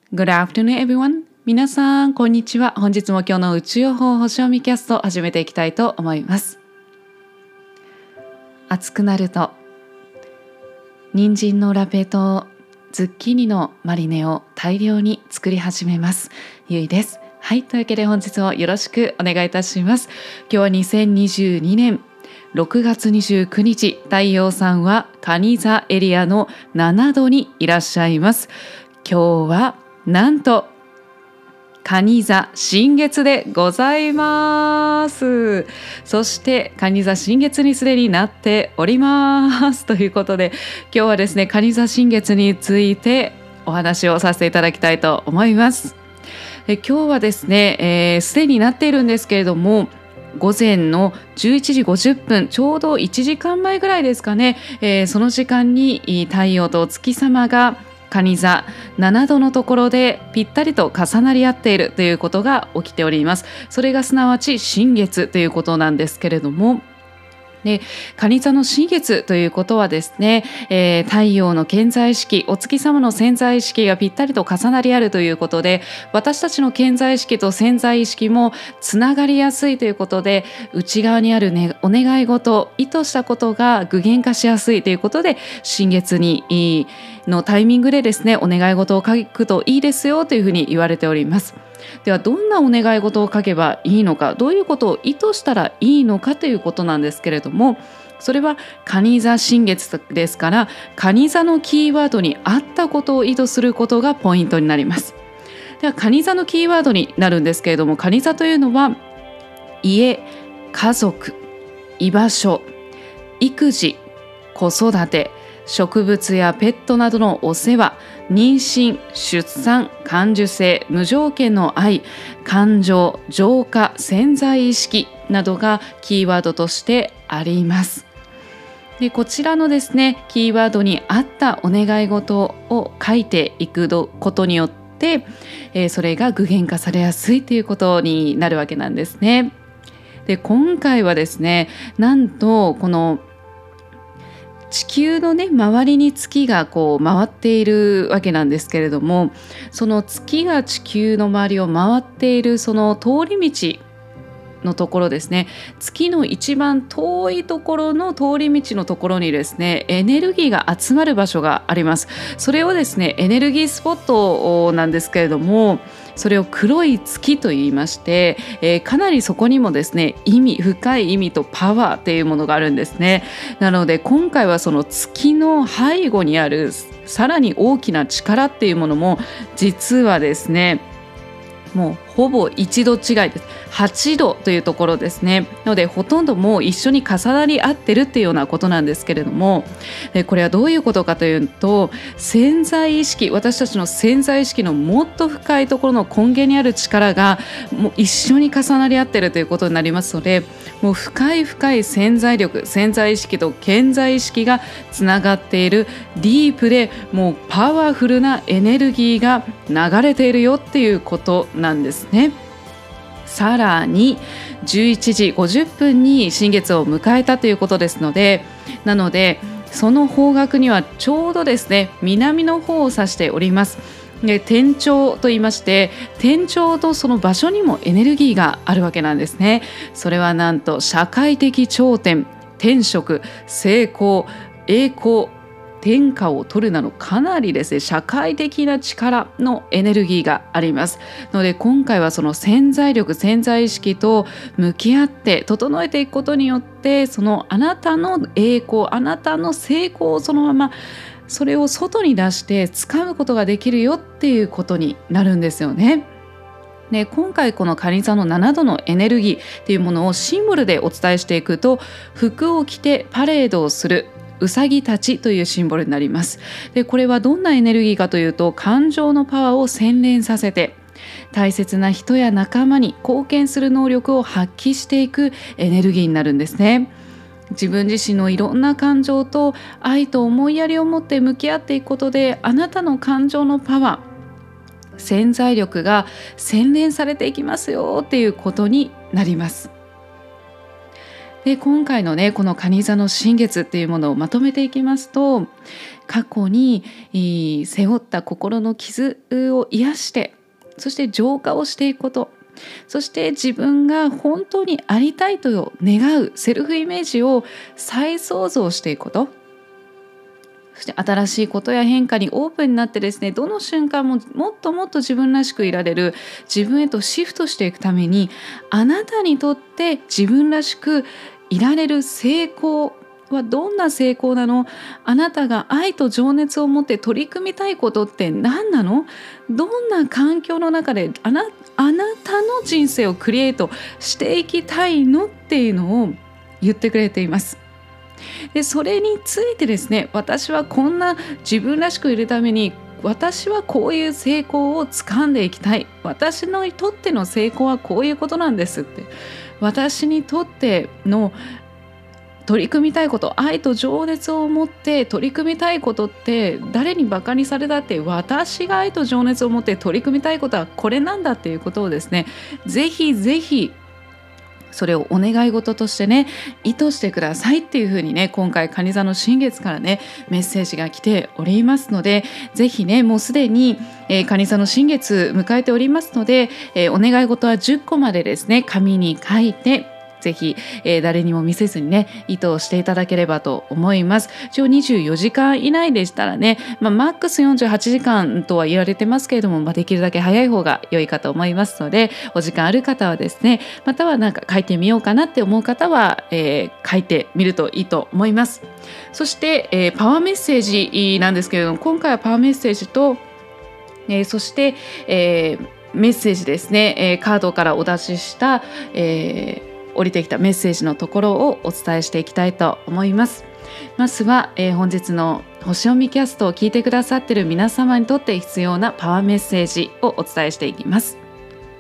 Good afternoon, everyone. 皆さん、こんにちは。本日も今日の宇宙予報星読みキャストを始めていきたいと思います。暑くなると、人参のラペとズッキーニのマリネを大量に作り始めます。ゆいです。はい、というわけで本日もよろしくお願いいたします。今日は2022年6月29日、太陽さんは蟹座エリアの7度にいらっしゃいます。今日はなんと蟹座新月でございます。そして蟹座新月にすでになっておりますということで、今日はですね蟹座新月についてお話をさせていただきたいと思います。今日はですねすでになっているんですけれども、午前の11時50分ちょうど1時間前ぐらいですかね、その時間に太陽と月様が蟹座7度のところでぴったりと重なり合っているということが起きております。それがすなわち新月ということなんですけれども、で蟹座の新月ということはですね、太陽の顕在意識、お月様の潜在意識がぴったりと重なり合うということで、私たちの顕在意識と潜在意識もつながりやすいということで、内側にある、お願い事、意図したことが具現化しやすいということで、新月にのタイミングでですねお願い事を書くといいですよというふうに言われております。ではどんなお願い事を書けばいいのか、どういうことを意図したらいいのかということなんですけれども、それは蟹座新月ですから、蟹座のキーワードに合ったことを意図することがポイントになります。では蟹座のキーワードになるんですけれども、蟹座というのは家、家族、居場所、育児、子育て、植物やペットなどのお世話、妊娠、出産、感受性、無条件の愛、感情、浄化、潜在意識などがキーワードとしてあります。でこちらのですねキーワードに合ったお願い事を書いていくことによって、それが具現化されやすいということになるわけなんですね。で今回はですね、なんとこの地球のね周りに月がこう回っているわけなんですけれども、その月が地球の周りを回っているその通り道のところですね、月の一番遠いところの通り道のところにですねエネルギーが集まる場所があります。それをですねエネルギースポットなんですけれども、それを黒い月と言いまして、かなりそこにもですね深い意味とパワーっていうものがあるんですね。なので今回はその月の背後にあるさらに大きな力っていうものも実はですねもうほぼ1度違いです。8度というところですね。なのでほとんどもう一緒に重なり合ってるっていうようなことなんですけれども、これはどういうことかというと、潜在意識、私たちの潜在意識のもっと深いところの根源にある力がもう一緒に重なり合ってるということになりますので、もう深い潜在力、潜在意識と顕在意識がつながっているディープでもうパワフルなエネルギーが流れているよっていうことなんですね。さらに11時50分に新月を迎えたということですので、なのでその方角にはちょうどですね南の方を指しております。で天頂と言いまして、天頂とその場所にもエネルギーがあるわけなんですね。それはなんと社会的頂点、天職、成功、栄光、天下を取るなどかなりですね社会的な力のエネルギーがありますので、今回はその潜在力、潜在意識と向き合って整えていくことによって、そのあなたの栄光、あなたの成功をそのままそれを外に出して掴むことができるよっていうことになるんですよね。で今回この蟹座の7度のエネルギーっていうものをシンボルでお伝えしていくと、服を着てパレードをするうさぎたちというシンボルになります。でこれはどんなエネルギーかというと、感情のパワーを洗練させて大切な人や仲間に貢献する能力を発揮していくエネルギーになるんですね。自分自身のいろんな感情と愛と思いやりを持って向き合っていくことで、あなたの感情のパワー、潜在力が洗練されていきますよっていうことになります。 で今回のねこの蟹座の新月っていうものをまとめていきますと、過去に背負った心の傷を癒して、そして浄化をしていくこと、そして自分が本当にありたいと願うセルフイメージを再創造していくこと、そして新しいことや変化にオープンになってですね、どの瞬間ももっともっと自分らしくいられる自分へとシフトしていくために、あなたにとって自分らしくいられる成功はどんな成功なの？あなたが愛と情熱を持って取り組みたいことって何なの？どんな環境の中であなたの人生をクリエイトしていきたいのっていうのを言ってくれています。でそれについてですね、私はこんな自分らしくいるために、私はこういう成功を掴んでいきたい、私にとっての成功はこういうことなんですって、私にとっての取り組みたいこと、愛と情熱を持って取り組みたいことって、誰にバカにされたって、私が愛と情熱を持って取り組みたいことはこれなんだっていうことをですね、ぜひぜひそれをお願い事としてね意図してくださいっていうふうにね、今回蟹座の新月からねメッセージが来ておりますので、ぜひねもうすでに、蟹座の新月迎えておりますので、お願い事は10個までですね紙に書いて、ぜひ、誰にも見せずにね意図をしていただければと思います。一応24時間以内でしたらね、マックス48時間とは言われてますけれども、できるだけ早い方が良いかと思いますので、お時間ある方はですね、またはなんか書いてみようかなって思う方は、書いてみるといいと思います。そして、パワーメッセージなんですけれども、今回はパワーメッセージと、そして、メッセージですね、カードからお出しした、降りてきたメッセージのところをお伝えしていきたいと思います。まずは、本日の星読みキャストを聞いてくださっている皆様にとって必要なパワーメッセージをお伝えしていきます。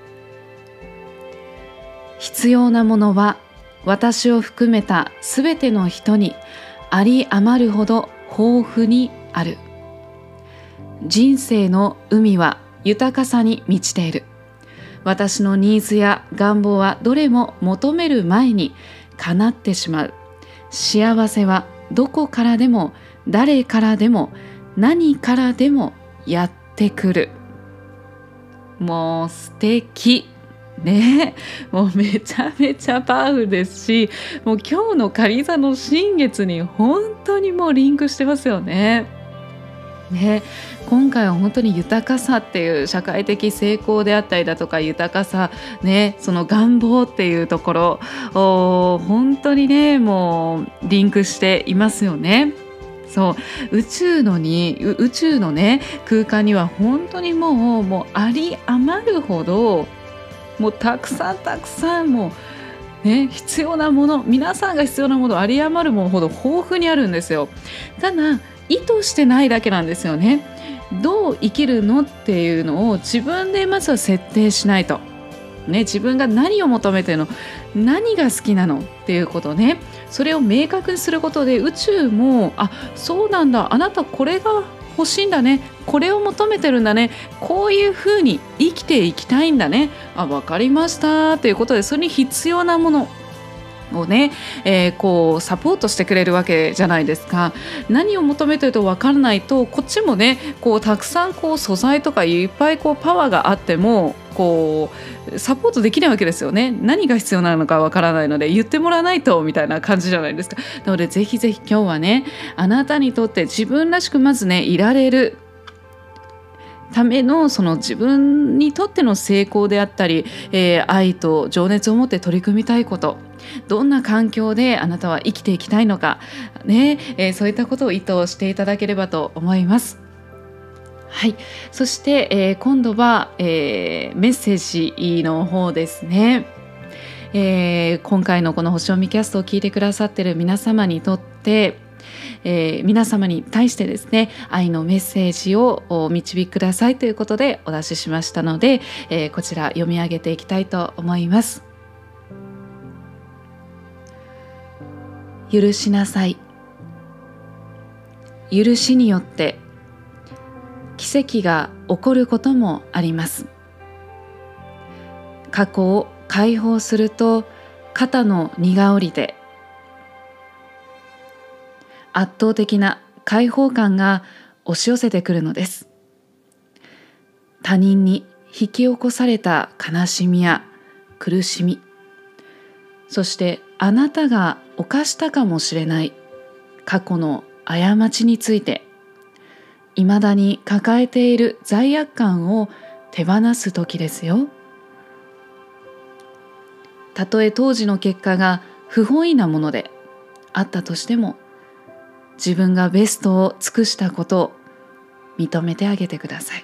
必要なものは私を含めたすべての人にあり余るほど豊富にある。人生の海は豊かさに満ちている。私のニーズや願望はどれも求める前に叶ってしまう。幸せはどこからでも誰からでも何からでもやってくる。もう素敵ね、もうめちゃめちゃパワフルですし、もう今日の蟹座の新月に本当にもうリンクしてますよね。今回は本当に豊かさっていう社会的成功であったりだとか、豊かさね、その願望っていうところ本当にねもうリンクしていますよね。そう宇宙のね空間には本当にもうあり余るほど、もうたくさんもう必要なもの、皆さんが必要なもの、あり余るものほど豊富にあるんですよ。ただ意図してないだけなんですよね。どう生きるのっていうのを自分でまずは設定しないと、自分が何を求めてるの、何が好きなのっていうことね、それを明確にすることで、宇宙もそうなんだ、あなたこれが欲しいんだね、これを求めてるんだね、こういうふうに生きていきたいんだね、わかりましたということで、それに必要なものをね、こうサポートしてくれるわけじゃないですか。何を求めてると分からないと、こっちもねこうたくさんこう素材とかいっぱいこうパワーがあってもこうサポートできないわけですよね。何が必要なのか分からないので言ってもらわないとみたいな感じじゃないですか。なのでぜひぜひ今日はね、あなたにとって自分らしくまずねいられるためのその自分にとっての成功であったり、愛と情熱を持って取り組みたいこと、どんな環境であなたは生きていきたいのか、そういったことを意図していただければと思います。はい、そして、今度は、メッセージの方ですね。今回のこの星読みキャストを聞いてくださっている皆様にとって、皆様に対してですね愛のメッセージをお導きくださいということでお出ししましたので、こちら読み上げていきたいと思います。許しなさい。許しによって奇跡が起こることもあります。過去を解放すると肩の荷が下りて圧倒的な解放感が押し寄せてくるのです。他人に引き起こされた悲しみや苦しみ、そしてあなたが犯したかもしれない過去の過ちについて、未だに抱えている罪悪感を手放す時ですよ。たとえ当時の結果が不本意なものであったとしても、自分がベストを尽くしたことを認めてあげてください。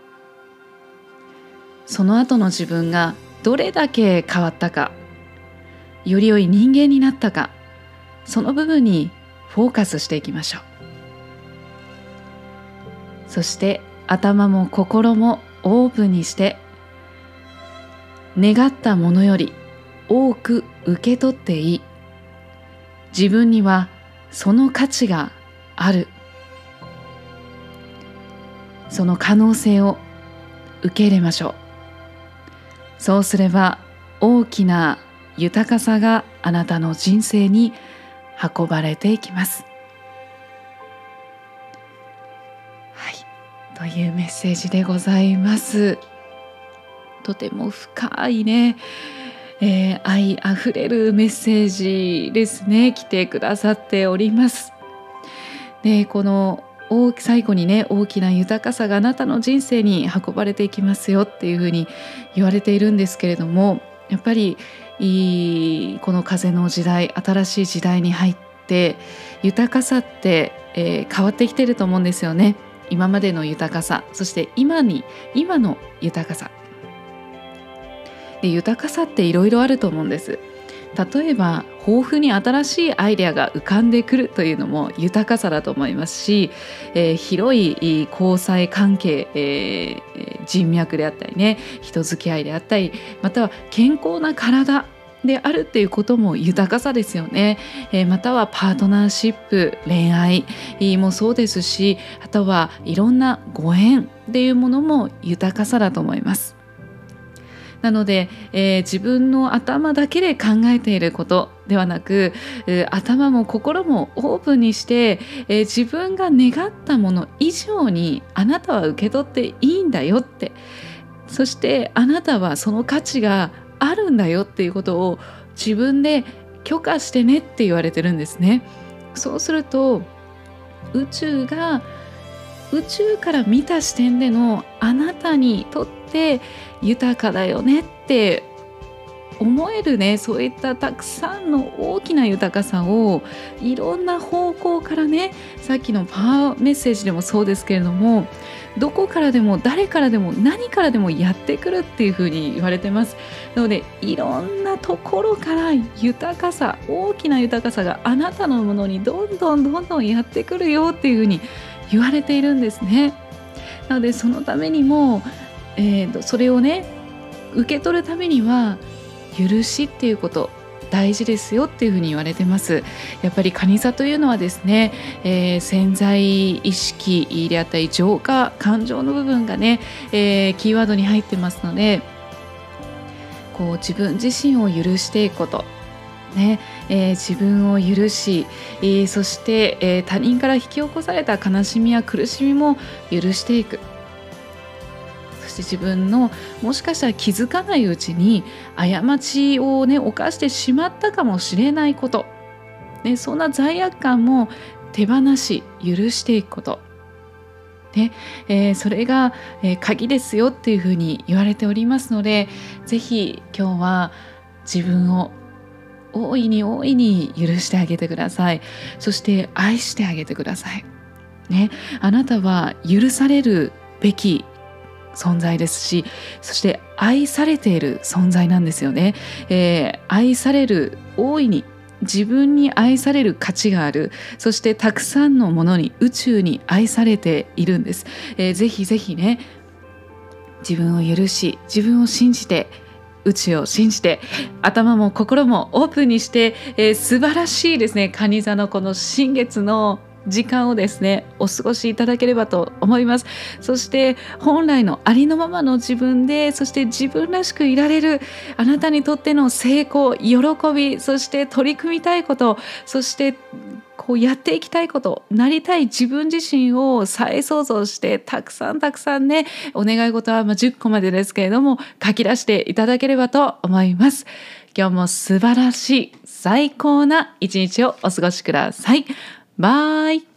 その後の自分がどれだけ変わったか、より良い人間になったか、その部分にフォーカスしていきましょう。そして頭も心もオープンにして、願ったものより多く受け取っていい。自分にはその価値がある。その可能性を受け入れましょう。そうすれば大きな豊かさがあなたの人生に運ばれていきます。はい、というメッセージでございます。とても深いね、愛あふれるメッセージですね。来てくださっております。で、この最後にね、大きな豊かさがあなたの人生に運ばれていきますよっていうふうに言われているんですけれども、やっぱりこの風の時代、新しい時代に入って豊かさって、変わってきてると思うんですよね。今までの豊かさ、そして今の豊かさで、豊かさっていろいろあると思うんです。例えば豊富に新しいアイデアが浮かんでくるというのも豊かさだと思いますし、広い交際関係、人脈であったりね、人付き合いであったり、または健康な体であるっていうことも豊かさですよね。またはパートナーシップ、恋愛もそうですし、あとはいろんなご縁っていうものも豊かさだと思います。なので、自分の頭だけで考えていることではなく、頭も心もオープンにして、自分が願ったもの以上にあなたは受け取っていいんだよって、そしてあなたはその価値があるんだよっていうことを自分で許可してねって言われてるんですね。そうすると宇宙から見た視点でのあなたにとって豊かだよねって思えるね、そういったたくさんの大きな豊かさをいろんな方向からね、さっきのパワーメッセージでもそうですけれども、どこからでも誰からでも何からでもやってくるっていうふうに言われてます。なのでいろんなところから豊かさ、大きな豊かさがあなたのものにどんどんやってくるよっていうふうに言われているんですね。なのでそのためにも、それをね受け取るためには許しっていうこと大事ですよっていうふうに言われてます。やっぱり蟹座というのはですね、潜在意識であったり浄化、感情の部分がね、キーワードに入ってますので、こう自分自身を許していくことね、自分を許し、そして、他人から引き起こされた悲しみや苦しみも許していく。そして自分のもしかしたら気づかないうちに過ちをね犯してしまったかもしれないこと、ね、そんな罪悪感も手放し許していくこと、ね、それが、鍵ですよっていうふうに言われておりますので、ぜひ今日は自分を大いに許してあげてください。そして愛してあげてください、ね、あなたは許されるべき存在ですし、そして愛されている存在なんですよね。愛される、大いに自分に愛される価値がある。そしてたくさんのものに、宇宙に愛されているんです。ぜひぜひね、自分を許し、自分を信じて、宇宙を信じて、頭も心もオープンにして、素晴らしいですね、蟹座のこの新月の時間をですねお過ごしいただければと思います。そして本来のありのままの自分で、そして自分らしくいられるあなたにとっての成功、喜び、そして取り組みたいこと、そしてこうやっていきたいこと、なりたい自分自身を再創造して、たくさんねお願い事は10個までですけれども書き出していただければと思います。今日も素晴らしい最高な一日をお過ごしください。バイ。